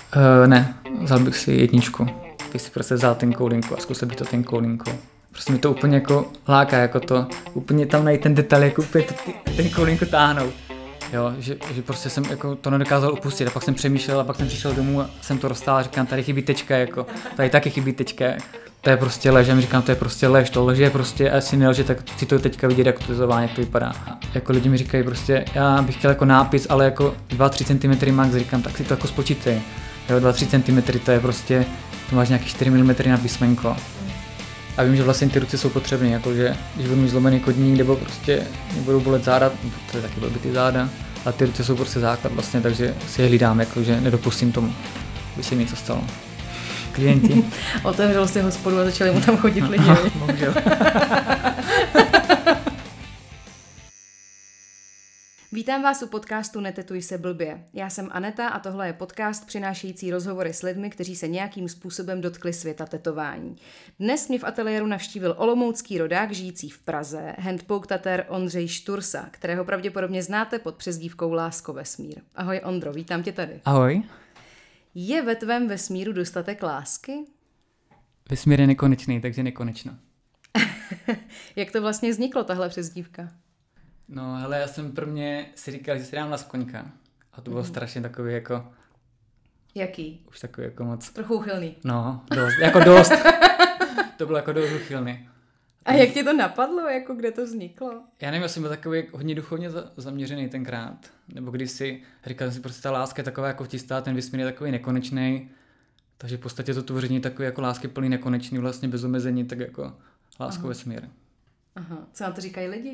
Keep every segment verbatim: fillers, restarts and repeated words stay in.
Uh, ne, vzal bych si jedničku. Bych si prostě vzal tenkou linku a zkusil bych to tenkou linkou. Prostě mi to úplně jako láká, jako to, úplně tam najít ten detail, jako úplně tenkou linku táhnout. Jo, že, že prostě jsem jako to nedokázal opustit a pak jsem přemýšlel a pak jsem přišel domů a jsem to rozstál a říkám, tady chybí tečka, jako, tady taky chybí tečka. To je prostě lež, a mi říkám, to je prostě lež, to lež je prostě, a jestli nelže, tak si to teďka vidět, jak to zování, jak to vypadá. A jako lidi mi říkají prostě, já bych chtěl jako nápis, ale jako dva tři centimetry max, říkám, tak si to jako spočítej. Jo, dva tři centimetry, to je prostě, to máš nějaký čtyři milimetry na písmenko. A vím, že vlastně ty ruce jsou potřebné, jakože když budu mít zlomený kotník, nebo prostě mě budou bolet záda, to je taky blbý ty záda, a ty ruce jsou prostě základ vlastně, takže si je hlídám, jakože nedopustím tomu, aby se mi něco stalo. Klienti. Otevřel si hospodu a začali mu tam chodit lidi. Bohužel. Vítám vás u podcastu Netetuj se blbě. Já jsem Aneta a tohle je podcast přinášející rozhovory s lidmi, kteří se nějakým způsobem dotkli světa tetování. Dnes mě v ateliéru navštívil olomoucký rodák žijící v Praze, handpoke tater Ondřej Štursa, kterého pravděpodobně znáte pod přezdívkou Lásko vesmír. Ahoj Ondro, vítám tě tady. Ahoj. Je ve tvém vesmíru dostatek lásky? Vesmír je nekonečný, takže nekonečno. Jak to vlastně vzniklo, tahle přezdívka? No hele, já jsem pro mě si říkal, že si dám laskoňka. A to bylo mm. strašně takový jako... Jaký? Už takový jako moc... Trochu uchylný. No, dost, jako dost. To bylo jako dost uchylný. A jak ti to napadlo, jako kde to vzniklo? Já nevím, já jsem byl takový hodně duchovně za, zaměřený tenkrát. Nebo když si říkal jsem si prostě ta láska je taková jako čistá, ten vesmír je takový nekonečný. Takže v podstatě to tvoření je takový jako lásky plný nekonečný, vlastně bez omezení, tak jako lásko vesmír. Aha, co na to říkají lidi?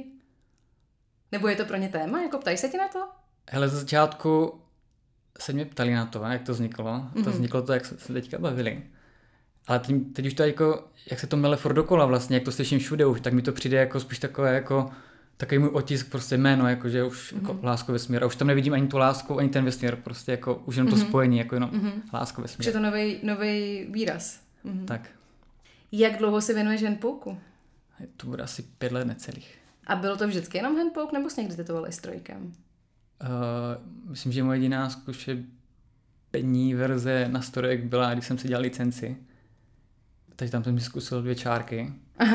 Nebo je to pro ně téma? Jako ptají se ti na to? Hele, ze začátku se mě ptali na to, jak to vzniklo. Mm-hmm. To vzniklo to, jak se teďka bavili. Ale teď, teď už to jako, jak se to mele furt dokola vlastně, jak to slyším všude už, tak mi to přijde jako spíš takové jako takový můj otisk, prostě jméno, jako že už mm-hmm. jako lásko vesmír. A už tam nevidím ani tu lásku, ani ten vesmír, prostě jako už jenom to mm-hmm. spojení, jako jenom mm-hmm. lásko vesmír. Už je to nový, nový výraz. Mm-hmm. Tak. Jak dlouho se věnuješ handpoku? To bude asi pět let necelých. A bylo to vždycky jenom handpoke, nebo jsi někdy tetoval i strojkem? Uh, myslím, že moje jediná zkušební verze na strojek byla, když jsem si dělal licenci. Takže tam jsem mi zkusil dvě čárky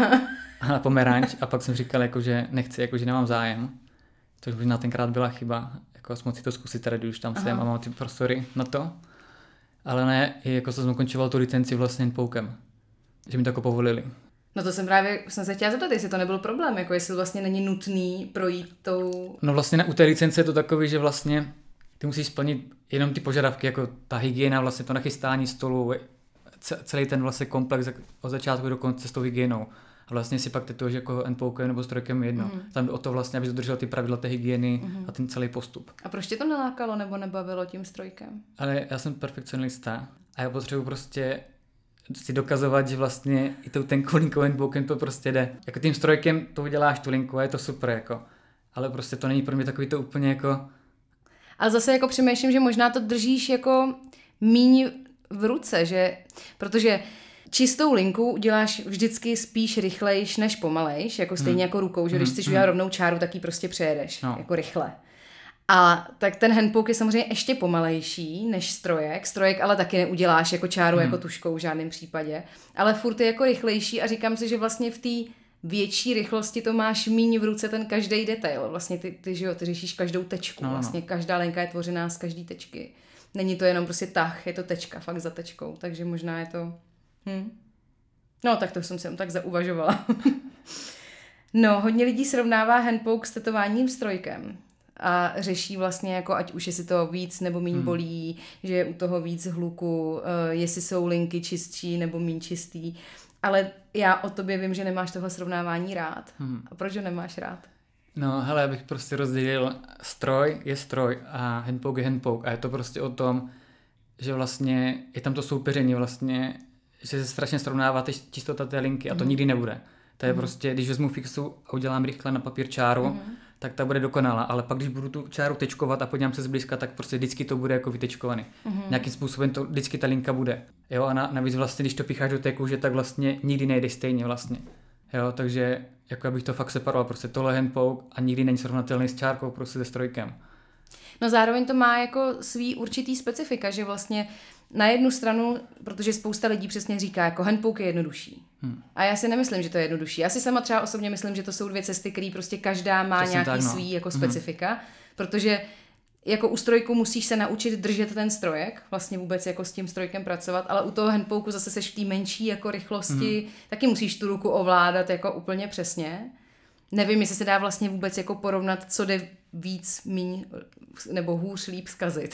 a na pomeranč a pak jsem říkal, jako, že nechci, jako, že nemám zájem. Což možná tenkrát byla chyba, jako moc si to zkusit tady, když tam jsem a mám ty prostory na to. Ale ne, jako jsem ukončoval tu licenci vlastně handpokem, že mi to jako povolili. No to jsem právě, jsem se chtěla zeptat, jestli to nebyl problém, jako jestli vlastně není nutný projít tou... No vlastně u té licence je to takový, že vlastně ty musíš splnit jenom ty požadavky, jako ta hygiena, vlastně to nachystání stolu, celý ten vlastně komplex od začátku do konce s tou hygienou. A vlastně si pak tetuješ jako handpokem nebo strojkem jedno. Mm. Tam o to vlastně, abys dodržel ty pravidla té hygieny mm. a ten celý postup. A proč tě to nelákalo nebo nebavilo tím strojkem? Ale já jsem perfekcionista a já potřebuji prostě si dokazovat, že vlastně i tou tenkou linkou handpokem to prostě jde. Jako tím strojkem to uděláš tu linku a je to super, jako. Ale prostě to není pro mě takový to úplně jako... Ale zase jako přemýšlím, že možná to držíš jako míň v ruce, že... Protože čistou linku uděláš vždycky spíš rychlejš než pomalejš, jako stejně hmm. jako rukou, že když chceš udělat rovnou čáru, tak ji prostě přejedeš, no. Jako rychle. A tak ten handpoke je samozřejmě ještě pomalejší než strojek. Strojek ale taky neuděláš jako čáru, hmm. jako tuškou v žádném případě. Ale furt je jako rychlejší a říkám si, že vlastně v té větší rychlosti to máš míň v ruce ten každý detail. Vlastně ty, ty, že jo, ty řešíš každou tečku. No, vlastně no. Každá linka je tvořená z každé tečky. Není to jenom prostě tah, je to tečka, fakt za tečkou. Takže možná je to... Hm. No tak to jsem si tak zauvažovala. No, hodně lidí srovnává handpoke s tetováním strojkem. A řeší vlastně jako, ať už jestli to víc nebo míň hmm. bolí, že je u toho víc hluku, uh, jestli jsou linky čistší nebo míň čistý. Ale já o tobě vím, že nemáš tohle srovnávání rád. Hmm. A proč ho nemáš rád? No hele, abych prostě rozdělil, stroj je stroj a handpoke je handpoke. A je to prostě o tom, že vlastně je tam to soupeření vlastně, že se strašně srovnává čistota té linky a to hmm. nikdy nebude. To je hmm. prostě, když vezmu fixu a udělám rychle na papír čáru, hmm. tak ta bude dokonalá, ale pak když budu tu čáru tečkovat a podívám se zblízka, tak prostě vždycky to bude jako vytečkovaný. Mm-hmm. Nějakým způsobem to vždycky ta linka bude. Jo, a na, navíc vlastně, když to picháš do té kůže, tak vlastně nikdy nejde stejně vlastně. Jo, takže jako abych to fakt separoval, prostě tohle handpoke a nikdy není srovnatelný s čárkou, prostě se strojkem. No zároveň to má jako svý určitý specifika, že vlastně na jednu stranu, protože spousta lidí přesně říká, jako handpoke je jednodušší. Hmm. A já si nemyslím, že to je jednodušší. Já si sama třeba osobně myslím, že to jsou dvě cesty, které prostě každá má přesně nějaký tak, no. svý jako specifika, hmm. protože jako u strojku musíš se naučit držet ten strojek, vlastně vůbec jako s tím strojkem pracovat, ale u toho handpoku zase seš v té menší jako rychlosti, hmm. taky musíš tu ruku ovládat jako úplně přesně. Nevím, jestli se dá vlastně vůbec jako porovnat, co jde víc, míň nebo hůř, líp zkazit.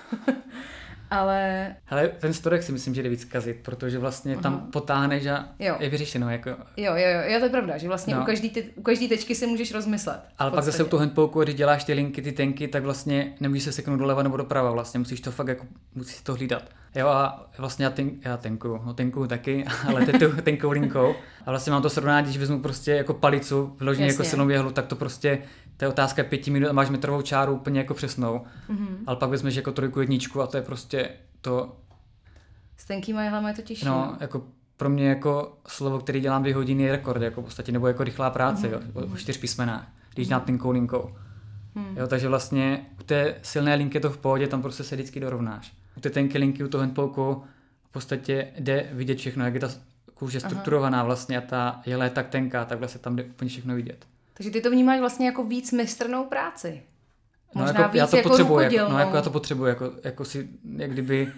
Ale... Ale ten strojek si myslím, že jde víc zkazit, protože vlastně uh-huh. tam potáhneš a jo. je vyřešeno. Jako... Jo, jo, jo, jo, to je pravda, že vlastně no. u, každý te- u každý tečky si můžeš rozmyslet. Ale pak zase u toho handpoku, když děláš ty linky, ty tenky, tak vlastně nemůžeš se seknout doleva nebo doprava, vlastně musíš to fakt jako, musíš to hlídat. Jo a vlastně já, ten, já tenkuju, no tenkuju taky, ale tetu tenkou linkou. A vlastně mám to srovnání, když vezmu prostě jako palicu, vložím jako silnou jehlu, tak to prostě, to je otázka pěti minut a máš metrovou čáru úplně jako přesnou. Mm-hmm. Ale pak vezmeš jako trojku jedničku a to je prostě to... S tenkýma jehlama je to těžší. No, jako pro mě jako slovo, který dělám dvě hodiny je rekord, jako v podstatě, nebo jako rychlá práce, mm-hmm. jo, o čtyř písmenách, když dělám tenkou linkou. Mm. Jo, takže vlastně u té silné linky je to v pohodě, tam prostě se vždycky dorovnáš. U té tenké linky, u toho handpoku v podstatě jde vidět všechno, jak je ta kůže strukturovaná vlastně a ta jele je tak tenká, tak vlastně tam jde úplně všechno vidět. Takže ty to vnímáš vlastně jako víc mistrnou práci. Možná no, jako, víc já to jako potřebuji, jako, no jako já to potřebuji, jako, jako si, jak kdyby,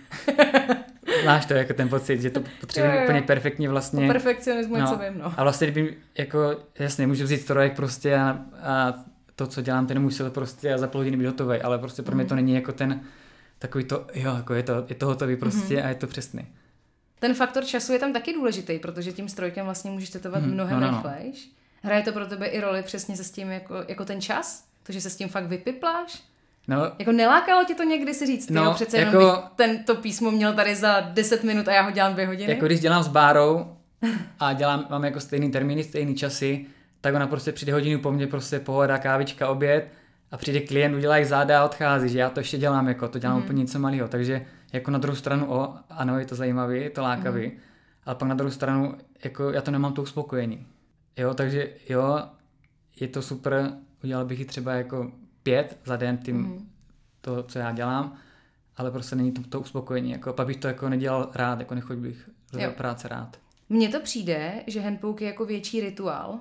máš to jako ten pocit, že to potřebuji úplně perfektně vlastně. Po perfekcionismu no, co vím, no. A vlastně kdyby, jako, jasně, můžu vzít strojek prostě a, a to, co dělám, ten musel prostě a za půl hodiny být hotový, ale prostě pro mě to není jako ten, takový to, jo, jako je to, je to hotový prostě mm-hmm. a je to přesný. Ten faktor času je tam taky důležitý, protože tím strojkem vlastně můžeš tetovat mm, mnohem no, no, rychlejš. Hraje to pro tebe i roli přesně se s tím jako, jako ten čas? To, že se s tím fakt vypipláš? No, jako nelákalo tě to někdy si říct, no, jo, přece jako, jenom tento písmo měl tady za deset minut a já ho dělám dvě hodiny? Jako když dělám s Bárou a dělám, mám jako stejný termíny, stejný časy, tak ona prostě přijde hodinu po mně, prostě pohoda, kávička, oběd a přijde klient, udělá jich záda a odchází, že já to ještě dělám, jako to dělám mm. úplně něco malého, takže jako na druhou stranu, o, ano, je to zajímavý, je to lákavý, mm. ale pak na druhou stranu, jako já to nemám to uspokojení. Jo, takže jo, je to super, udělal bych ji třeba jako pět za den tím, mm. to, co já dělám, ale prostě není to, to uspokojení, jako pak bych to jako nedělal rád, jako nechoď bych do práce rád. Mně to přijde, že handpoke je jako větší rituál,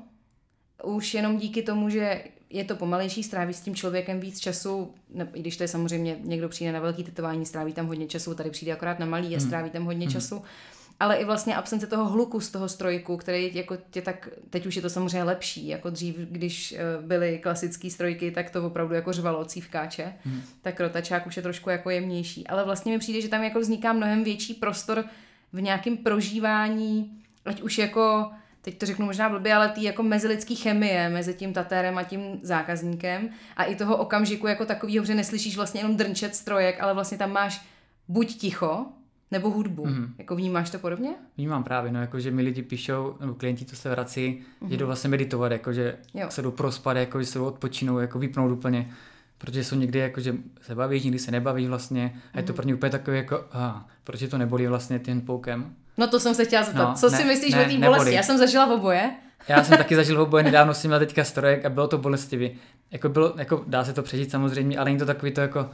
už jenom díky tomu, že je to pomalejší, stráví s tím člověkem víc času, ne, i když to je samozřejmě, někdo přijde na velký tetování, stráví tam hodně času, tady přijde akorát na malý a stráví tam hodně mm. času, ale i vlastně absence toho hluku z toho strojku, který jako tě tak, teď už je to samozřejmě lepší, jako dřív, když byly klasické strojky, tak to opravdu jako řvalo cívkáče, mm. tak rotačák už je trošku jako jemnější, ale vlastně mi přijde, že tam jako vzniká mnohem větší prostor v nějakém prožívání, ať už jako teď to řeknu možná blbě, ale ty jako mezilidský chemie mezi tím tatérem a tím zákazníkem a i toho okamžiku jako takovýho, že neslyšíš vlastně jenom drnčet strojek, ale vlastně tam máš buď ticho, nebo hudbu. Mm-hmm. Jako vnímáš to podobně? Vnímám právě, no jakože mi lidi píšou, nebo klienti, co se vrací, mm-hmm. že jdou vlastně meditovat, jakože se jdou prospat, jakože se jdou odpočinou, jako vypnout úplně, protože jsou někdy jakože se bavíš, někdy se nebavíš vlastně a je to pro ně úplně takový jako, aha, proč to nebolí vlastně tím handpokem? No to jsem se chtěla zeptat, no, co ne, si myslíš ne, o té bolesti? Já jsem zažila v oboje. Já jsem taky zažil v oboje, nedávno jsem měl teďka strojek a bylo to bolestivý. Jako bylo, jako dá se to přežít samozřejmě, ale není to takový to jako,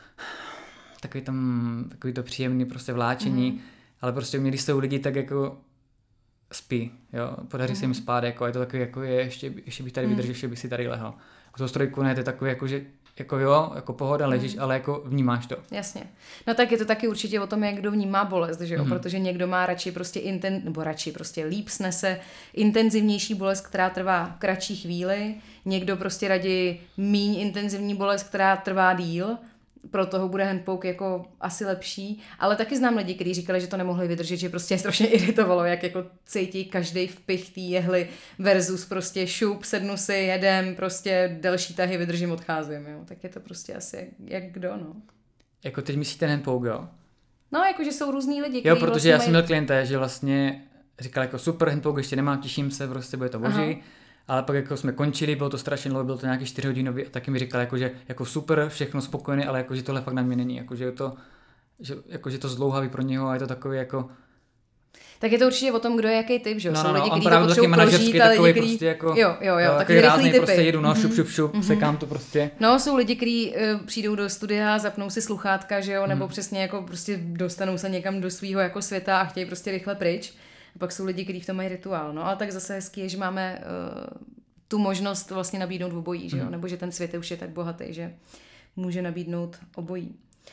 takový tam, takový to příjemný prostě vláčení, mm. ale prostě když jsou lidi tak jako spí, jo, podaří mm. se jim spát, jako je to takový jako je, ještě, ještě bych tady mm. vydržel, ještě bych si tady lehl. Jako to strojku ne, to je takový jako, že jako jo, jako pohoda, ležíš, mm. ale jako vnímáš to. Jasně. No tak je to taky určitě o tom, jak kdo vnímá bolest, že jo, mm. protože někdo má radši prostě inten, nebo radši prostě líp snese intenzivnější bolest, která trvá kratší chvíli, někdo prostě raději míň intenzivní bolest, která trvá díl, pro toho bude handpoke jako asi lepší, ale taky znám lidi, kteří říkali, že to nemohli vydržet, že prostě je strašně iritovalo, jak jako cítí každý vpich té jehly versus prostě šup, sednu si, jedem, prostě delší tahy vydržím, odcházím, jo. Tak je to prostě asi jak, jak kdo, no. Jako teď myslíš ten handpoke, jo? No, jakože jsou různý lidi, jo, protože vlastně já mají... jsem měl klienta, že vlastně říkal jako super, handpoke ještě nemám, těším se, prostě bude to boží. Aha. Ale pak jako jsme končili, bylo to strašně dlouho, bylo to nějaký čtyři hodinový a taky mi říkal, jako, že jako super, všechno spokojené, ale jako, že tohle fakt na mě není, jako, že je to, že, jako, že to zdlouhavý pro něho a je to takový jako... Tak je to určitě o tom, kdo je jaký typ, že jo? No, Jsou no, no, lidi, on kteří to potřebují prožít, a lidi, který... Prostě jako, jo, jo, jo, takový rychlý typy. Prostě jedu, no, šup, šup, šup, mm-hmm. sekám to prostě. No, jsou lidi, kteří uh, přijdou do studia, zapnou si sluchátka, že jo, nebo mm. přesně jako prostě dostanou se někam do svého jako světa a chtějí prostě rychle pryč. A pak jsou lidi, kteří v tom mají rituál, no, ale tak zase hezky je, že máme uh, tu možnost vlastně nabídnout obojí, že jo, mm. nebo že ten svět už je tak bohatý, že může nabídnout obojí.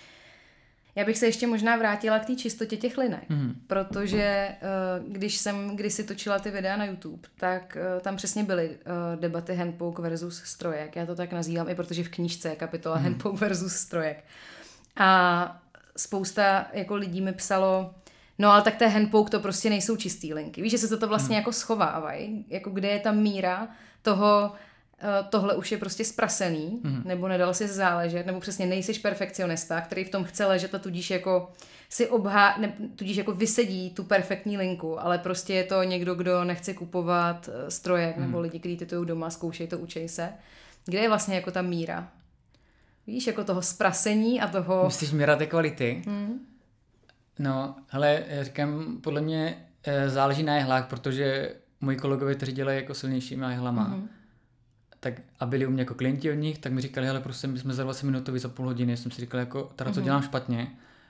Já bych se ještě možná vrátila k té čistotě těch linek, mm. protože uh, když jsem kdysi točila ty videa na YouTube, tak uh, tam přesně byly uh, debaty handpoke versus strojek. Já to tak nazývám, i protože v knížce je kapitola mm. handpoke versus strojek. A spousta jako lidí mi psalo, no ale tak té handpoke to prostě nejsou čistý linky. Víš, že se to vlastně mm. jako schovávají, jako kde je ta míra toho, tohle už je prostě sprasený, mm. nebo nedal si záležet, nebo přesně nejsiš perfekcionista, který v tom chce ležet a tudíž jako si obhá, ne, tudíž jako vysedí tu perfektní linku, ale prostě je to někdo, kdo nechce kupovat strojek, mm. nebo lidi, kteří titují doma, zkoušej to, učej se. Kde je vlastně jako ta míra? Víš, jako toho sprasení a toho... Myslíš míra té kvality? Mm. No, hele, já říkám, podle mě záleží na jehlách, protože moji kolegové, kteří dělají jako silnějšíma jehlama, mm. tak a byli u mě jako klienti od nich, tak mi říkali, hele, prostě my jsme za dvacet minutový, za půl hodiny, jsem si říkal, jako teda co dělám špatně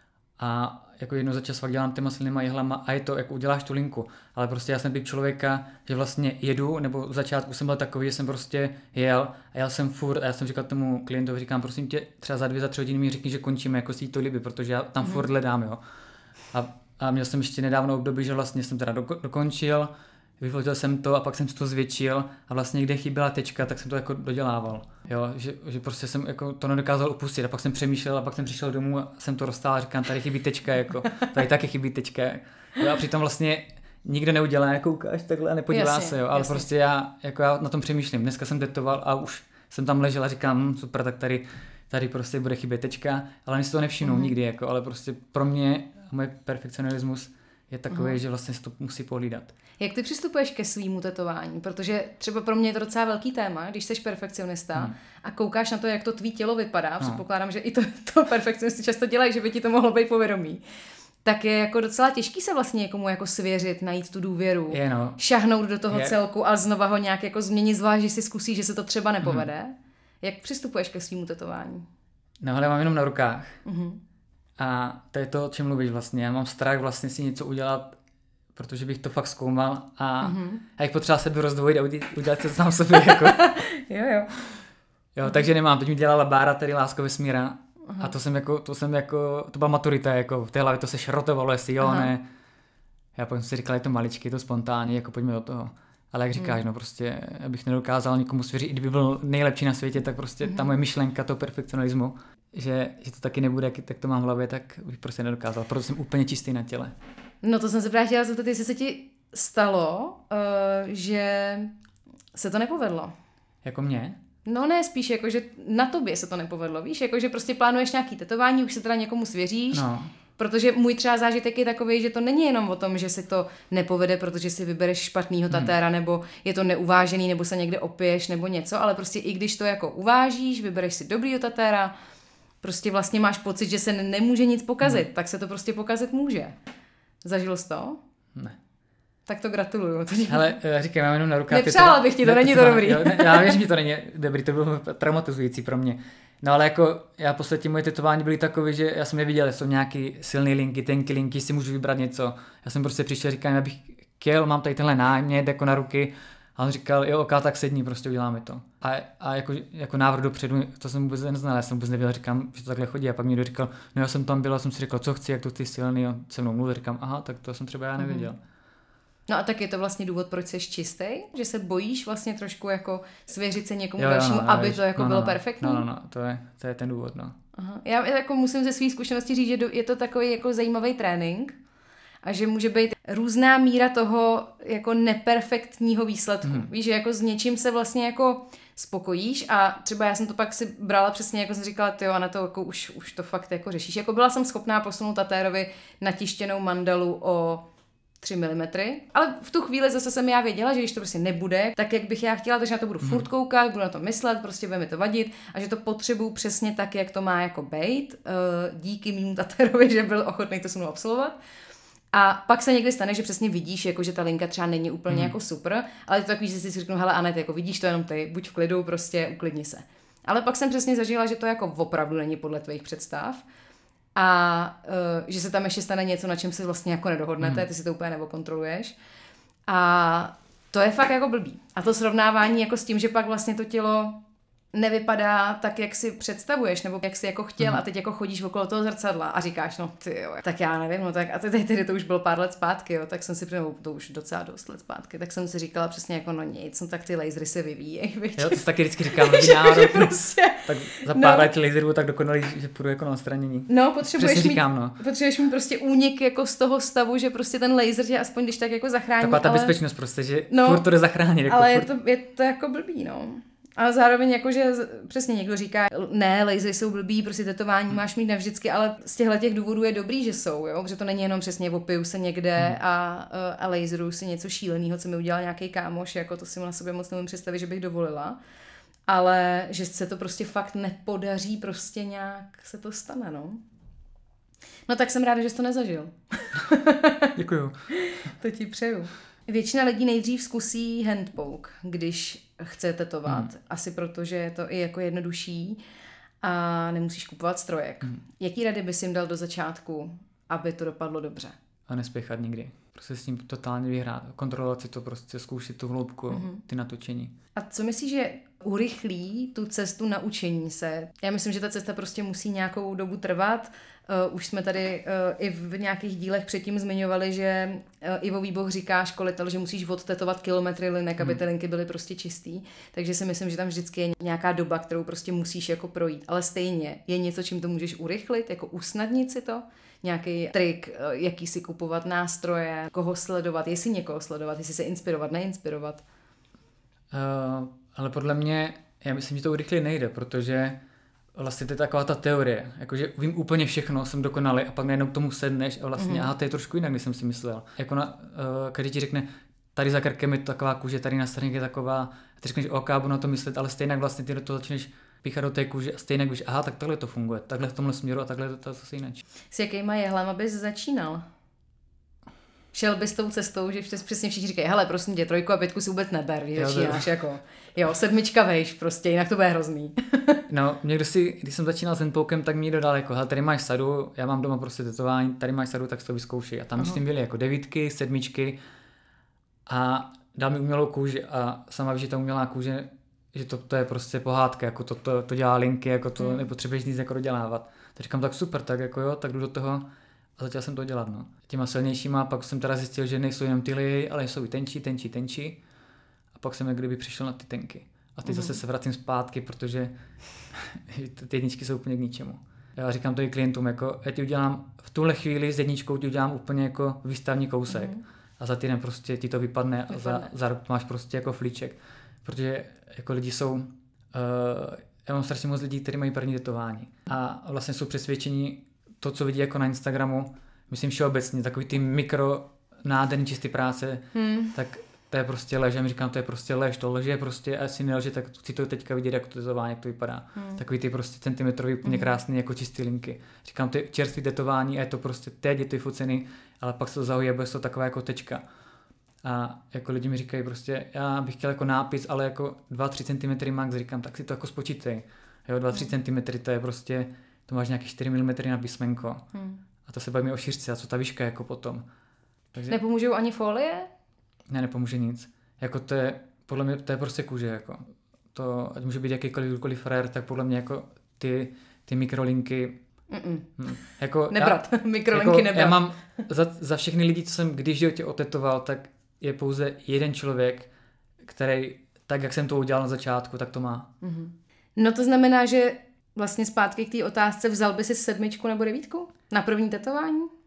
a jako jednou za čas fakt dělám těma silnýma jehlama a je to, jako uděláš tu linku, ale prostě já jsem typ člověka, že vlastně jedu, nebo v začátku jsem byl takový, že jsem prostě jel a jel jsem furt a já jsem říkal tomu klientovi, říkám, prosím tě, třeba za dvě, za tři hodiny mi řekni, že končíme, jako si to líbí, protože já tam mm. furt hledám, jo. A, a měl jsem ještě nedávno období, že vlastně jsem teda doko, dokončil, vyfotil jsem to a pak jsem si to zvětšil a vlastně kde chyběla tečka, tak jsem to jako dodělával. Jo, že, že prostě jsem jako to nedokázal upustit a pak jsem přemýšlel a pak jsem přišel domů a jsem to rozstál a říkám, tady chybí tečka, jako, tady taky chybí tečka. Jo, a přitom vlastně nikdo neudělá, jako koukáš takhle a nepodívá jasně, se, jo, ale jasně. prostě já, jako já na tom přemýšlím. Dneska jsem tetoval a už jsem tam ležel a říkám, hm, super, tak tady, tady prostě bude chybět tečka, ale oni si to nevšimnou mm. nikdy, jako, ale prostě pro mě a můj perfekcionismus je takový, mm. že vlastně si to musí pohlídat. Jak ty přistupuješ ke svýmu tetování? Protože třeba pro mě je to docela velký téma, když jsi perfekcionista hmm. a koukáš na to, jak to tvý tělo vypadá, no. Předpokládám, že i to, to perfekcionisti často dělají, že by ti to mohlo být povědomí, tak je jako docela těžký se vlastně někomu jako svěřit, najít tu důvěru, je, no. šahnout do toho je. celku a znova ho nějak jako změnit, zvlášť, že si zkusí, že se to třeba nepovede. Hmm. Jak přistupuješ ke svýmu tetování? No ale mám jenom na rukách. Hmm. A to je to, o čem mluvíš vlastně. Já mám strach vlastně si něco udělat, protože bych to fakt zkoumal a, mm-hmm. a jak potřeba sebe rozdvojit a udělat se sám sobě. Jako. jo, jo. Jo, takže nemám. Teď mi dělala Bára, tedy Lásko vesmíra. Aha. A to jsem jako, to jsem jako, to byla maturita, jako v té hlavě to se šrotovalo, jestli jo, aha. ne. Já potom si říkal, je to maličky, je to spontánní, jako pojďme do toho. Ale jak říkáš, mm. no prostě, abych nedokázal nikomu svěřit, i kdyby byl nejlepší na světě, tak prostě mm. ta moje myšlenka toho perfekcionismu, že, že to taky nebude, tak to mám v hlavě, tak bych prostě nedokázal. Proto jsem úplně čistý na těle. No to jsem se právě chtěla zeptat, jestli se ti stalo, uh, že se to nepovedlo. Jako mě? No ne, spíš jako, že na tobě se to nepovedlo, víš, jako, že prostě plánuješ nějaký tetování, už se teda někomu svěříš, no. Protože můj třeba zážitek je takový, že to není jenom o tom, že si to nepovede, protože si vybereš špatnýho tatéra, hmm. nebo je to neuvážený, nebo se někde opiješ, nebo něco, ale prostě i když to jako uvážíš, vybereš si dobrýho tatéra, prostě vlastně máš pocit, že se nemůže nic pokazit, hmm. tak se to prostě pokazit může. Zažil jsi to? Ne. Tak to gratuluju. Ale říkám, mám jenom na rukách. Nepřála bych ti, to ne, není to, to dobrý. Jo, ne, já věřím, že to není dobrý, to bylo traumatizující pro mě. No ale jako já v podstatě moje tetování byly takové, že já jsem neviděl, jsou nějaký silný linky, tenky linky, si můžu vybrat něco. Já jsem prostě přišel, říkám, já bych chtěl, mám tady tenhle námět jako na ruky. A on říkal, jo, ok, tak sedni, prostě uděláme to. A, a jako, jako návrh dopředu, to jsem vůbec neznal, já jsem vůbec nevěděl, říkám, že to takhle chodí. A pak mě říkal, no já jsem tam byl, jsem si říkal, co chci, jak to ty silný, on se mnou mluvil, říkám, aha, tak to jsem třeba já nevěděl. Mm. No a tak je to vlastně důvod, proč jsi čistý, že se bojíš vlastně trošku jako svěřit se někomu jo, dalšímu, no, aby víš, to jako no, bylo no, perfektní? No, no, no, to je, to je ten důvod, no. Aha. Já jako musím ze svých zkušeností říct, že je to takový jako zajímavý trénink a že může být různá míra toho jako neperfektního výsledku. Hmm. Víš, že jako s něčím se vlastně jako spokojíš a třeba já jsem to pak si brala přesně, jako jsem říkala, tyjo, a na to jako už, už to fakt jako řešíš. Jako byla jsem schopná posunout tatérovi natištěnou mandalu o tři milimetry, ale v tu chvíli zase jsem já věděla, že když to prostě nebude, tak jak bych já chtěla, takže na to budu furt koukat, budu na to myslet, prostě bude mi to vadit a že to potřebuju přesně tak, jak to má jako bejt, díky mému tatérovi, že byl ochotný to se mnou absolvovat. A pak se někdy stane, že přesně vidíš, jako, že ta linka třeba není úplně mm. jako super, ale je to takový, že si řeknu, hele Anet, jako vidíš to jenom ty, buď v klidu, prostě uklidni se. Ale pak jsem přesně zažila, že to jako opravdu není podle tvých představ a uh, že se tam ještě stane něco, na čem se vlastně jako nedohodnete, mm. ty si to úplně neokontroluješ. A to je fakt jako blbý. A to srovnávání jako s tím, že pak vlastně to tělo nevypadá tak, jak si představuješ, nebo jak si jako chtěl mm. a teď jako chodíš okolo toho zrcadla a říkáš, no ty jo, tak já nevím, no tak a teď tedy to už bylo pár let zpátky, jo, tak jsem si, no, to už docela dost let zpátky, tak jsem si říkala přesně jako, no nic, no tak ty lasery se vyvíjejí, víš. Jo, to taky vždycky říkám, že národ, prostě, tak za pár no, let laserů tak dokonalý, že půjdu jako na odstranění. No, potřebuješ mít, říkám, no. potřebuješ mít prostě únik jako z toho stavu, že prostě ten laser tě aspoň když tak jako zachrání. Taková ta ale... bezpečnost prostě, že no, furt to jde zachránit. Jako ale furt... je, to, je to jako blbý, no. A zároveň jakože přesně někdo říká, ne, lasery jsou blbý, prostě tetování hmm. máš mít navždycky, ale z těchto těch důvodů je dobrý, že jsou, jo, protože to není jenom přesně opiju se někde hmm. a, a laseru si něco šíleného, co mi udělal nějaký kámoš, jako to si na sobě moc nemůžu představit, že bych dovolila, ale že se to prostě fakt nepodaří, prostě nějak se to stane, no. No tak jsem ráda, že jsi to nezažil. Děkuju. To ti přeju. Většina lidí nejdřív zkusí handpoke, když chce tetovat. Hmm. Asi proto, že je to i jako jednodušší a nemusíš kupovat strojek. Hmm. Jaký rady bys jim dal do začátku, aby to dopadlo dobře? A nespěchat nikdy. Prostě s ním totálně vyhrát. Kontrolovat si to, prostě zkoušet tu hloubku, hmm. ty natočení. A co myslíš, že urychlí tu cestu naučení se? Já myslím, že ta cesta prostě musí nějakou dobu trvat. Uh, už jsme tady uh, i v nějakých dílech předtím zmiňovali, že uh, Ivo Výboh říká školitel, že musíš odtetovat kilometry linek, aby ty linky byly prostě čistý. Takže si myslím, že tam vždycky je nějaká doba, kterou prostě musíš jako projít. Ale stejně je něco, čím to můžeš urychlit, jako usnadnit si to. Nějaký trik, uh, jaký si kupovat nástroje, koho sledovat, jestli někoho sledovat, jestli se inspirovat, neinspirovat. Uh, ale podle mě, já myslím, že to urychlit nejde, protože vlastně to je taková ta teorie, jakože vím úplně všechno, jsem dokonalý a pak najednou k tomu sedneš a vlastně, mm-hmm. aha, to je trošku jinak, než jsem si myslel. Jako na, uh, když ti řekne, tady za krkem je to taková kůže, tady na straně je taková, a ty řekneš, ok, budu na to myslet, ale stejně vlastně ty do toho začneš píchat do té kůže a stejně víš, aha, tak takhle to funguje, takhle v tomhle směru a takhle to, to zase jinak. S jakýma jehlama bys začínal? Šel bys tou cestou, že přesně všichni říkají, hele, prosím tě, trojku a pětku si vůbec neber, když začínáš, jako, jo, sedmička vejš, prostě, jinak to bude hrozný. No, někdo si, když jsem začínal s handpokem, tak mi dodal, jako, hele, tady máš sadu, já mám doma prostě tetování, tady máš sadu, tak si to vyzkoušej. A tam uh-huh. s tím byly jako devítky, sedmičky a dal mi umělou kůži a sama víš, že ta umělá kůže, že to, to je prostě pohádka, jako to, to, to dělá linky, jako to uh-huh. nepotřebuješ nic jako dodělávat. Tak říkám, tak super, tak jako jo, tak jdu do toho. A začal jsem to dělat, no. Těma silnějšíma, pak jsem teda zjistil, že nejsou jenom ty lihy, ale jsou i tenčí, tenčí, tenčí. A pak jsem jak kdyby přišel na ty tenky. A teď mm. zase se vracím zpátky, protože ty jedničky jsou úplně k ničemu. Já říkám to i klientům, jako já ti udělám, v tuhle chvíli s jedničkou ti udělám úplně jako výstavní kousek. Mm. A za týden prostě ti to vypadne, vypadne. a za, za rok máš prostě jako flíček. Protože jako lidi jsou, uh, já mám strašně moc lidí, kteří mají první tetování. A vlastně jsou přesvědčení, to, co vidí jako na Instagramu, myslím všeobecně, takový ty mikro nádherný čistý práce, hmm. tak to je prostě lež. Já mi říkám, to je prostě lež, to leže prostě, a jestli nelže, tak chci to teďka vidět, jak to tetování, jak to vypadá. Hmm. Takový ty prostě centimetrový, úplně krásný, jako čistý linky. Říkám, to je čerstvý tetování a je to prostě teď je to vyfocený, ale pak se to zahojí a bude to taková jako tečka. A jako lidi mi říkají prostě, já bych chtěl jako nápis, ale jako dva tři centimetry max, říkám, tak si to jako spočítej. Jo, dva tři centimetry, to je prostě, to máš nějaký čtyři milimetry na písmenko. Hmm. A to se bavíme o šířce, a co ta výška jako potom. Takže... Nepomůžou ani folie? Ne, nepomůže nic. Jako to je, podle mě, to je prostě kůže, jako. To, ať může být jakýkoliv frajer, tak podle mě jako ty, ty mikrolinky... Hm, jako nebrat, já, mikrolinky jako nebrat. Já mám, za, za všechny lidi, co jsem když v životě otetoval, tak je pouze jeden člověk, který, tak jak jsem to udělal na začátku, tak to má. Mm-hmm. No to znamená, že vlastně zpátky k té otázce, vzal by si sedmičku nebo devítku? Na první tetování? Uh,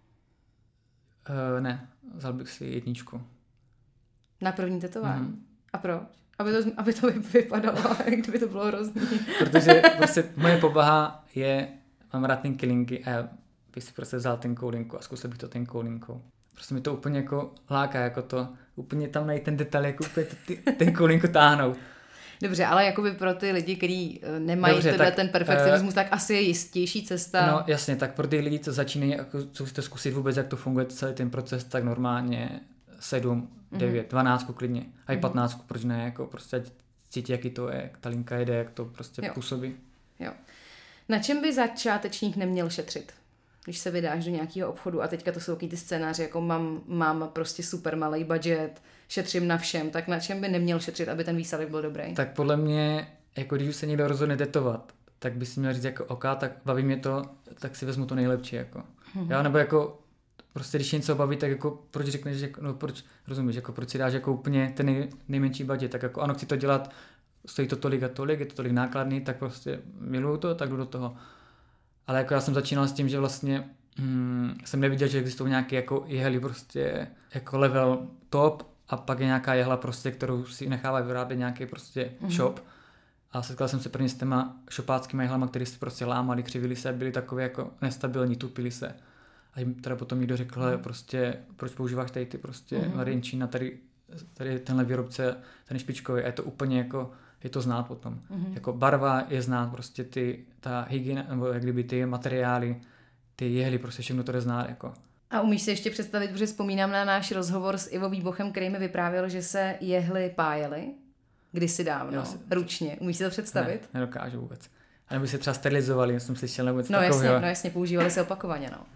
ne, vzal bych si jedničku. Na první tetování? Mm. A proč? Aby to, aby to vypadalo, kdyby to bylo hrozný. Protože prostě moje povaha je, mám rád ten linky a já bych si prostě vzal tenkou linku a zkusil bych to tenkou linkou. Prostě mi to úplně jako láká, jako to, úplně tam najít ten detail, jako úplně ty, tenkou linku táhnout. Dobře, ale jakoby pro ty lidi, kteří nemají Dobře, tenhle tak, ten perfekcionismus, uh, tak asi je jistější cesta. No jasně, tak pro ty lidi, co začínají, jako, co to zkusit vůbec, jak to funguje celý ten proces, tak normálně sedm, devět, mm-hmm. dvanáct klidně, a i mm-hmm. patnáct, proč ne, jako prostě cítí, jaký to je, jak ta linka jede, jak to prostě jo. působí. Jo. Na čem by začátečník neměl šetřit? Když se vydáš do nějakého obchodu a teďka to jsou taky ty scénáře, jako mám, mám prostě super malý budget, šetřím na všem, tak na čem by neměl šetřit, aby ten výsledek byl dobrý? Tak podle mě, jako když už se někdo rozhodne tetovat, tak by si měl říct jako OK, tak baví mě to, tak si vezmu to nejlepší, jako. Mm-hmm. Jo, nebo jako prostě když něco baví, tak jako proč řekneš, že, no proč, rozumíš, jako proč si dáš jako úplně ten nej, nejmenší budget, tak jako ano, chci to dělat, stojí to tolik a tolik, je to tolik nákladný, tak prostě miluju to, tak jdu do toho. Ale jako já jsem začínal s tím, že vlastně hmm, jsem neviděl, že existují nějaké jako jehly prostě jako level top a pak je nějaká jehla prostě, kterou si nechává vyrábět nějaký prostě mm-hmm. shop. A setkal jsem se prvně s těma šopáckými jehlama, které se prostě lámali, křivili se, byli takové jako nestabilní, tupili se. A jim teda potom někdo řekl, mm-hmm. prostě, proč používáš tady ty prostě mm-hmm. Rienčina, tady, tady tenhle výrobce, ten je špičkový a je to úplně jako, je to znát potom. Mm-hmm. Jako barva je znát, prostě ty, ta hygiena, nebo jak kdyby ty materiály, ty jehly, prostě všechno to je znát, jako. A umíš si ještě představit, protože vzpomínám na náš rozhovor s Ivo Výbochem, který mi vyprávěl, že se jehly pájely kdysi dávno, si... ručně. Umíš si to představit? Ne, nedokážu vůbec. A nebo se třeba sterilizovali, jsem slyšel nebo něco no takového. Jasně, no jasně, používali se opakovaně, no.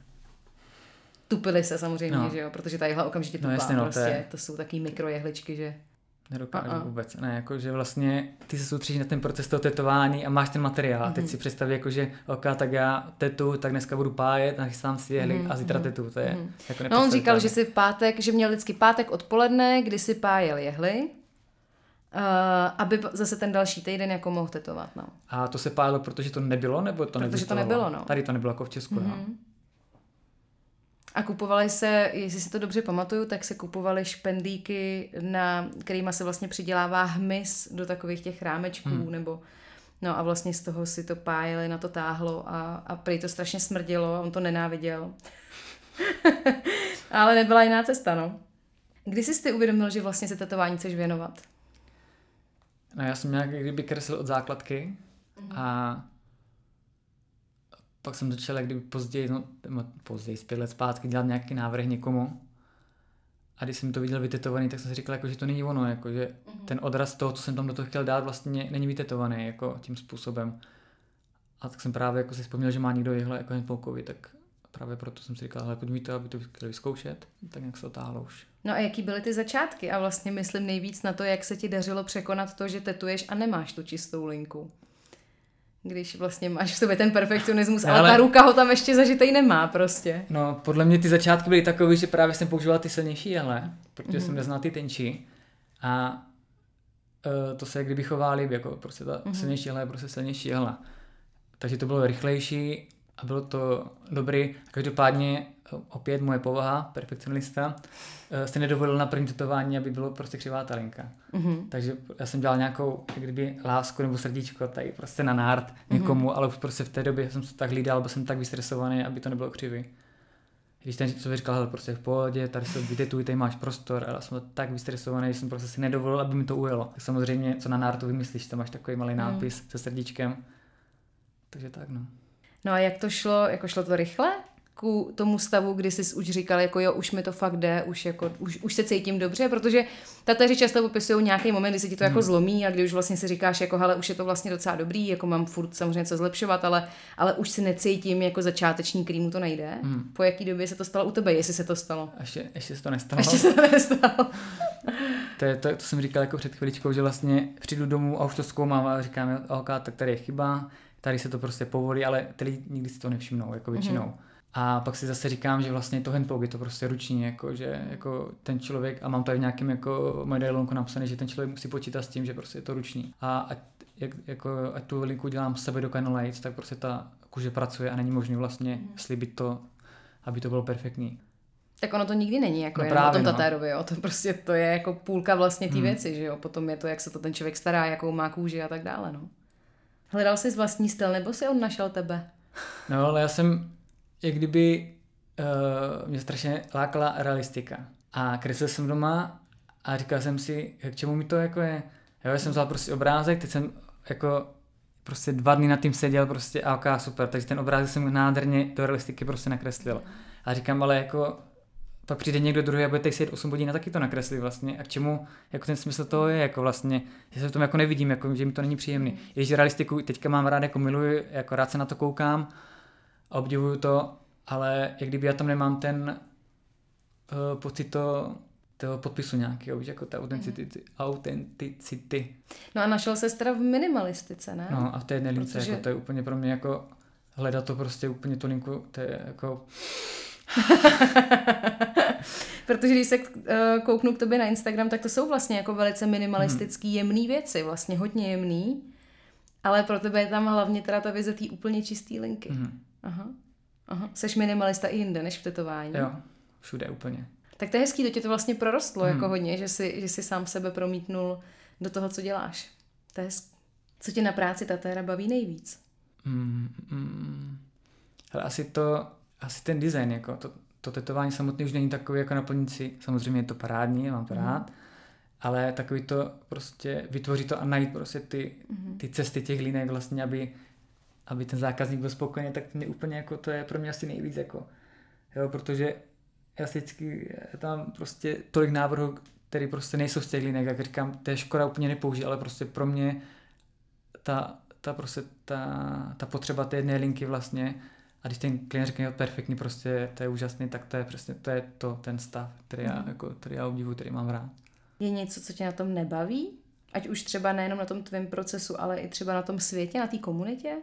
Tupili se samozřejmě, no. že jo, protože ta jehla okamžitě tupá, no, jasně, no, prostě. To, je... to jsou taky mikrojehličky, že... Nedokážu A-a. vůbec. Ne, jako, že vlastně ty se soustředíš na ten proces toho tetování a máš ten materiál. Mm-hmm. Teď si představ, jako, že ok, tak já tetu, tak dneska budu pájet, nachystám si jehly mm-hmm. a zítra tetu. To je mm-hmm. jako no on říkal, že si v pátek, že měl vždycky pátek odpoledne, kdy si pájel jehly, uh, aby zase ten další týden jako mohl tetovat. No. A to se pájelo, protože to nebylo, nebo to Protože to nebylo, no. Tady to nebylo jako v Česku, mm-hmm. no. A kupovali se, jestli si to dobře pamatuju, tak se kupovaly špendlíky, na kterýma se vlastně přidělává hmyz do takových těch rámečků, hmm. nebo no a vlastně z toho si to pájeli, na to táhlo a, a prý to strašně smrdilo, on to nenáviděl. Ale nebyla jiná cesta, no. Kdy jsi ty uvědomil, že vlastně se tetování chceš věnovat? No já jsem nějak kdyby kreslil od základky hmm. a pak jsem začal jak kdyby později, no později, z pět let zpátky dělat nějaký návrh někomu. A když jsem to viděl vytetovaný, tak jsem si říkal, jako, že to není ono, jako, že mm-hmm. ten odraz toho, co jsem tam do toho chtěl dát, vlastně není vytetovaný jako, tím způsobem. A tak jsem právě jako si vzpomněl, že má někdo jehle jako Henpolkovi, tak právě proto jsem si říkal, hele, pojď mi to, aby to chtěli vyzkoušet, tak nějak se to táhlo už. No a jaký byly ty začátky? A vlastně myslím nejvíc na to, jak se ti dařilo překonat to, že tetuješ a nemáš tu čistou linku. Když vlastně máš v sobě ten perfekcionismus, ale, ale ta ruka ho tam ještě zažitej nemá prostě. No, podle mě ty začátky byly takové, že právě jsem používal ty silnější jehle, protože mm-hmm. jsem neznal ty tenčí a uh, to se jak kdyby chová líp, jako prostě ta mm-hmm. silnější jehle je prostě silnější jehle. Takže to bylo rychlejší a bylo to dobrý. Každopádně opět moje povaha, perfekcionista, se nedovolil na první tetování, aby bylo prostě křivá ta linka. Mm-hmm. Takže já jsem dělal nějakou, jak kdyby lásku nebo srdíčko tady prostě na nárt někomu, mm-hmm. ale už prostě v té době jsem se tak hlídal, byl jsem tak vystresovaný, aby to nebylo křivý. Když ten člověk říkal, hele, prostě v pohodě, tady se vytetuj, tady máš prostor, ale já jsem tak vystresovaný, že jsem prostě si nedovolil, aby mi to ujelo. Tak samozřejmě, co na nártu vymyslíš, tam máš takový malý nápis mm. se srdíčkem. Takže tak, no. No a jak to šlo, jako šlo to rychle? Ku tomu stavu, kdy jsi už říkal, jako jo, už mi to fakt jde, už, jako, už, už se cítím dobře, protože tateři často popisují nějaký moment, kdy se ti to hmm. jako zlomí a kdy už vlastně si říkáš, jako hele, už je to vlastně docela dobrý, jako mám furt samozřejmě co zlepšovat, ale, ale už si necítím jako začáteční, který mu to nejde. Hmm. Po jaký době se to stalo u tebe, jestli se to stalo? Ještě, ještě se to nestalo. Ještě se to nestalo. to, je, to, to jsem říkal jako před chviličkou, že vlastně přijdu domů a už to zkoumám a říkám, ok, tak tady je chyba, tady se to prostě povolí, ale ty lidi nikdy si to nevšimnou, jako většinou. Hmm. A pak si zase říkám, že vlastně to handpoke je to prostě ruční, jako, že jako ten člověk, a mám tady v nějakém jako medailonku napsané, že ten člověk musí počítat s tím, že prostě je to ruční. A ať, jak, jako, ať tu linku dělám sebe do Canolite, tak prostě ta kůže pracuje a není možné vlastně slíbit to, aby to bylo perfektní. Tak ono to nikdy není, jako no jenom o tom tatérovi, jo. To prostě to je jako půlka vlastně té hmm. věci, že jo. Potom je to, jak se to ten člověk stará, jakou má kůži a tak dále, no. Hledal jsi vlastní styl, nebo si on našel tebe? No, ale já jsem jak kdyby uh, mě strašně lákala realistika. A kreslil jsem doma a říkal jsem si, k čemu mi to jako je. Jo, já jsem vzal prostě obrázek, teď jsem jako prostě dva dny nad tím seděl prostě a ok, super, takže ten obrázek jsem nádherně do realistiky prostě nakreslil. A říkám, ale jako pak přijde někdo druhý a bude teď sedět osm hodin a taky to nakreslí vlastně. A k čemu jako ten smysl toho je, jako vlastně, že se v tom jako nevidím, jako, že mi to není příjemný. Když realistiku teďka mám rád, jako miluji, jako rád se na to koukám a obdivuju to, ale jak kdyby já tam nemám ten uh, pocit to, toho podpisu nějakého, víš, jako ta autenticity, autenticity. No a našel ses teda v minimalistice, ne? No a v té jedné lince, Protože... jako, to je úplně pro mě jako hledat to prostě úplně tu linku, to je jako... Protože když se kouknu k tobě na Instagram, tak to jsou vlastně jako velice minimalistický, jemný věci, vlastně hodně jemný, ale pro tebe je tam hlavně teda ta vize té úplně čistý linky. Mm. Aha. Aha. Seš minimalista i jinde, než v tetování. Jo, všude úplně. Tak to je hezký, to tě to vlastně prorostlo mm. jako hodně, že jsi, že jsi sám sebe promítnul do toho, co děláš. To je hezký. Co tě na práci tatéra baví nejvíc? Mm, mm. Hele, asi to, asi ten design, jako to, to tetování samotné už není takový jako naplnit si, samozřejmě je to parádní, mám to mm. rád, ale takový to prostě vytvořit to a najít prostě ty, mm. ty cesty těch linek vlastně, aby, aby ten zákazník byl spokojený, tak mě úplně jako to je pro mě asi nejvíc jako, jo, protože já si vždycky tam prostě tolik návrhů, které prostě nejsou z těch linek, jak říkám, to je škoda úplně nepoužít, ale prostě pro mě ta, ta prostě ta, ta potřeba té jedné linky vlastně. A když ten klient řekne, jo, perfektní, prostě to je úžasný, tak to je přesně to, je to ten stav, který já, jako, který já obdivuji, který mám rád. Je něco, co tě na tom nebaví? Ať už třeba nejenom na tom tvém procesu, ale i třeba na tom světě, na té komunitě?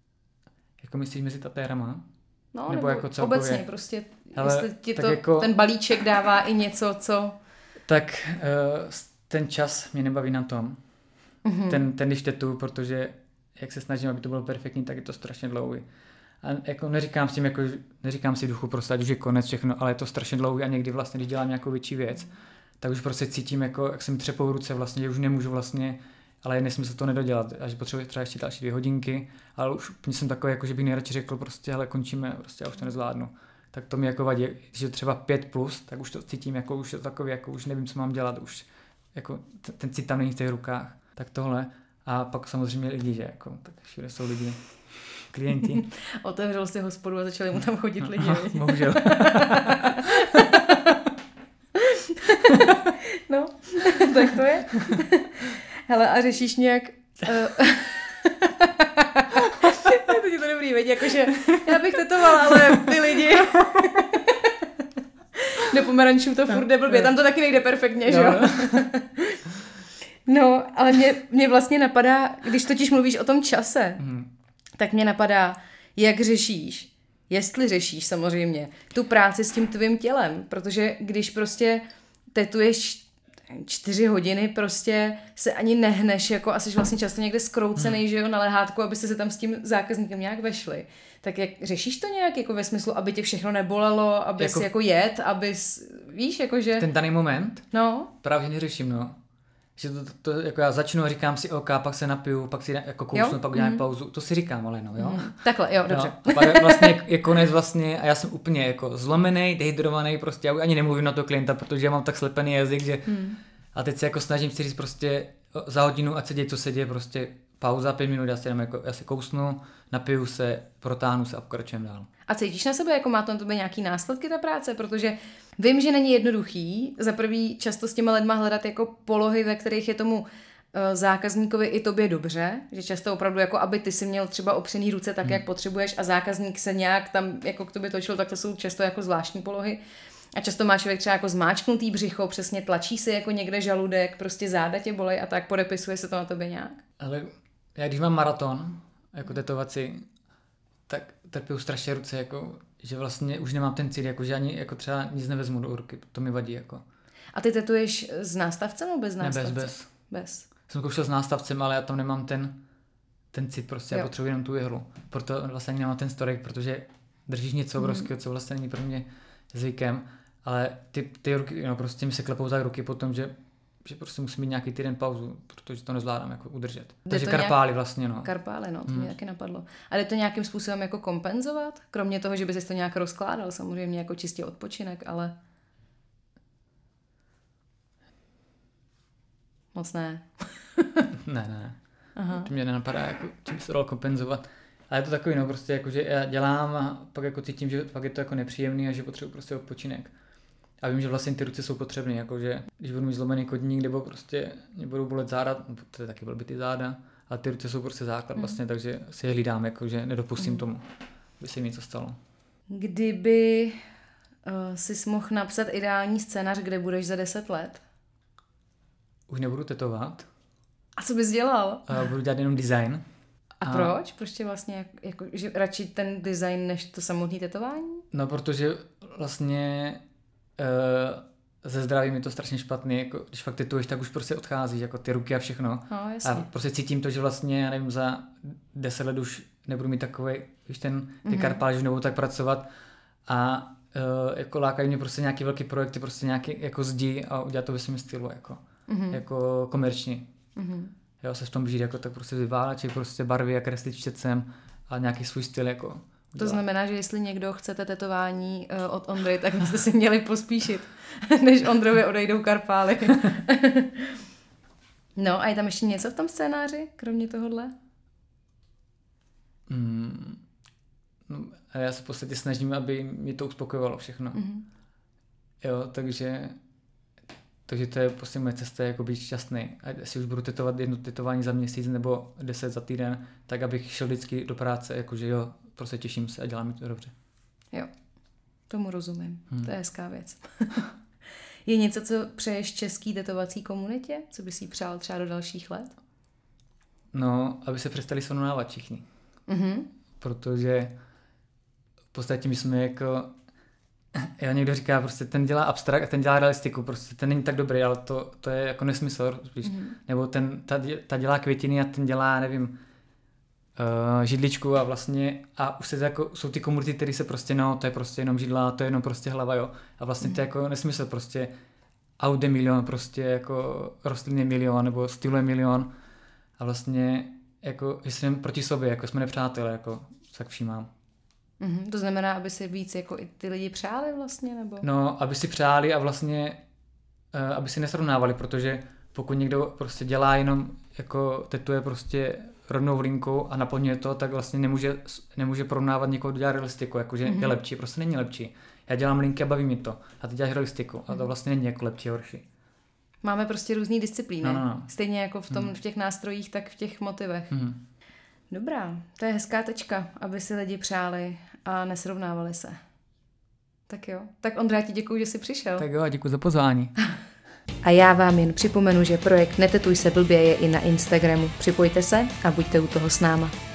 Jako myslíš mezi tatérama? No, nebo, nebo jako celkově? Obecně prostě, hele, jestli ti to, jako, ten balíček dává i něco, co... Tak uh, ten čas mě nebaví na tom. Mm-hmm. Ten, ten když tetuju, protože jak se snažím, aby to bylo perfektní, tak je to strašně dlouhý. A jako neříkám si, jako, neříkám si duchu prostě, ať už je konec všechno, ale je to strašně dlouhý a někdy vlastně, když dělám nějakou větší věc, tak už prostě cítím, jako, jak se mi třepou ruce vlastně, že už nemůžu vlastně, ale je nesmysl to nedodělat, až potřebuji třeba ještě další dvě hodinky, ale už úplně jsem takový, jako, že bych nejradši řekl prostě, hele, končíme, prostě já už to nezvládnu. Tak to mi jako vadí, když je třeba pět plus, tak už to cítím, jako už je to takový, jako už nevím, co mám dělat, už jako ten cít tam není v těch rukách, tak tohle. A pak samozřejmě lidi, že jako, tak všude jsou lidi. Klienti. Otevřel si hospodu a začali mu tam chodit lidi. Bohužel. No, tak to je. Hele, a řešíš nějak... Uh... to je to dobrý, veď, jakože já bych tetovala, ale ty lidi... Do pomerančů to furt jde blbě, tam to taky nejde perfektně, že jo? No, ale mě, mě vlastně napadá, když totiž mluvíš o tom čase, hmm. tak mě napadá, jak řešíš, jestli řešíš samozřejmě, tu práci s tím tvým tělem, protože když prostě tetuješ čtyři hodiny, prostě se ani nehneš, jako asi vlastně často někde skroucený, hmm. že jo, na lehátku, abyste se tam s tím zákazníkem nějak vešli. Tak jak řešíš to nějak, jako ve smyslu, aby tě všechno nebolelo, aby jako, si jako jet, aby, víš, jakože... Ten daný moment? No. Právě neřeším, no. Že to, to, to, jako já začnu a říkám si OK, pak se napiju, pak si jako kousnu, pak udělám mm. pauzu, to si říkám, ale no, jo. Mm. Takhle, jo, dobře. No, pak vlastně je, je konec vlastně a já jsem úplně jako zlomený, dehydrovaný, prostě já ani nemluvím na toho klienta, protože já mám tak slepený jazyk, že mm. a teď se jako snažím si říct prostě za hodinu, ať se děje, co se děje, prostě pauza, pět minut, já si, jdem jako, já si kousnu, napiju se, protáhnu se a pokračujem dál. A cítíš na sebe, jako má to na tobě nějaký následky ta práce, protože vím, že není jednoduchý, za prvý často s těma lidma hledat jako polohy, ve kterých je tomu uh, zákazníkovi i tobě dobře, že často opravdu jako aby ty si měl třeba opřený ruce tak, hmm. jak potřebuješ a zákazník se nějak tam jako k tobě točil, tak to jsou často jako zvláštní polohy. A často má člověk třeba jako zmáčknutý břicho, přesně tlačí si jako někde žaludek, prostě záda tě bolej a tak podepisuje se to na tobě nějak. Ale já když mám maraton, jako tetovací, tak trpěju strašně ruce, jako, že vlastně už nemám ten cíl, jako, že ani jako třeba nic nevezmu do ruky, to mi vadí. Jako. A ty tetuješ s nástavcem nebo bez nástavce? Ne, bez, bez. Bez. Jsem zkoušel s nástavcem, ale já tam nemám ten, ten cit, prostě jo. Já potřebuji jenom tu jehlu. Proto vlastně ani nemám ten storek, protože držíš něco obrovského, mm. co vlastně není pro mě zvykem, ale ty, ty ruky, no prostě mi se klepou tak ruky potom, že že prostě musím mít nějaký týden pauzu, protože to nezvládám jako udržet. Jde Takže karpály nějak... vlastně, no. Karpály, no, to hmm. mě taky napadlo. A jde to nějakým způsobem jako kompenzovat? Kromě toho, že by si to nějak rozkládal, samozřejmě jako čistě odpočinek, ale... Moc ne. ne, ne. Aha. To mě nenapadá, jako, čím se to dalo kompenzovat. Ale je to takový, no prostě jako, že já dělám a pak jako cítím, že pak je to jako nepříjemný a že potřebuji prostě odpočinek. A vím, že vlastně ty ruce jsou potřebné, jakože když budu mít zlomený kotník nebo prostě mě budou bolet záda, no, to je taky blbý ty záda, ale ty ruce jsou prostě základ vlastně, mm. takže si je hlídám, jakože nedopustím mm. tomu, aby se jim něco stalo. Kdyby uh, jsi mohl napsat ideální scénář, kde budeš za deset let? Už nebudu tetovat. A co bys dělal? Uh, budu dělat jenom design. A, a proč? Proč tě vlastně jak, jako, že radši ten design než to samotné tetování? No, protože vlastně uh, ze zdraví mi to strašně špatný, jako když fakt tetuješ, tak už prostě odcházíš, jako ty ruky a všechno. No, jasně. A prostě cítím to, že vlastně, já nevím, za deset let už nebudu mít takový, když ten, ty mm-hmm. karpály, že už nebudou tak pracovat a uh, jako lákají mě prostě nějaký velký projekty, prostě nějaký jako zdi a udělat to ve svém stylu, jako, mm-hmm. jako komerčně. Mm-hmm. Jo, se v tom žít, jako tak prostě vyválačit prostě barvy a kreslit štětcem a nějaký svůj styl, jako udělat. To znamená, že jestli někdo chcete tetování uh, od Ondry, tak byste si měli pospíšit, než Ondrovi odejdou karpály. No a je tam ještě něco v tom scénáři, kromě tohohle? Mm, no, já se v podstatě snažím, aby mě to uspokojovalo všechno. Mm-hmm. Jo, takže takže to je prostě moje cesta, jako být šťastný. A jestli už budu tetovat jedno tetování za měsíc nebo deset za týden, tak abych šel vždycky do práce, jakože jo, prostě těším se a dělám mi to dobře. Jo, tomu rozumím. Hmm. To je hezká věc. Je něco, co přeješ český tetovací komunitě? Co bys jí přál třeba do dalších let? No, aby se přestali srovnávat všichni. Mm-hmm. Protože v podstatě my jsme jako... Jo, někdo říká, prostě ten dělá abstrakt a ten dělá realistiku, prostě ten není tak dobrý, ale to, to je jako nesmysl, spíš. Mm-hmm. Nebo ten, ta, ta dělá květiny a ten dělá, nevím, uh, židličku a vlastně, a už se to jako, jsou ty komunity, které se prostě, no, to je prostě jenom židla, to je jenom prostě hlava, jo. A vlastně mm-hmm. to je jako nesmysl, prostě aut je milion, prostě jako rostlin je milion, nebo styl je milion a vlastně, jako, že jsme proti sobě, jako jsme nepřátelé, jako, tak všímám. Mm-hmm. To znamená, aby si víc jako i ty lidi přáli vlastně, nebo? No, aby si přáli a vlastně, uh, aby si nesrovnávali, protože pokud někdo prostě dělá jenom, jako tetuje prostě rovnou linkou a naplňuje to, tak vlastně nemůže, nemůže porovnávat někoho, kdo dělá realistiku, jakože mm-hmm. je lepší, prostě není lepší. Já dělám linky a baví mi to a ty děláš realistiku a to vlastně není jako lepší, horší. Máme prostě různý disciplíny, no, no, no. Stejně jako v, tom, mm. v těch nástrojích, tak v těch motivech. Mm. Dobrá, to je hezká tečka, aby si lidi přáli a nesrovnávali se. Tak jo. Tak Ondra, ti děkuju, že jsi přišel. Tak jo, a děkuju za pozvání. A já vám jen připomenu, že projekt Netetuj se blbě je i na Instagramu. Připojte se a buďte u toho s náma.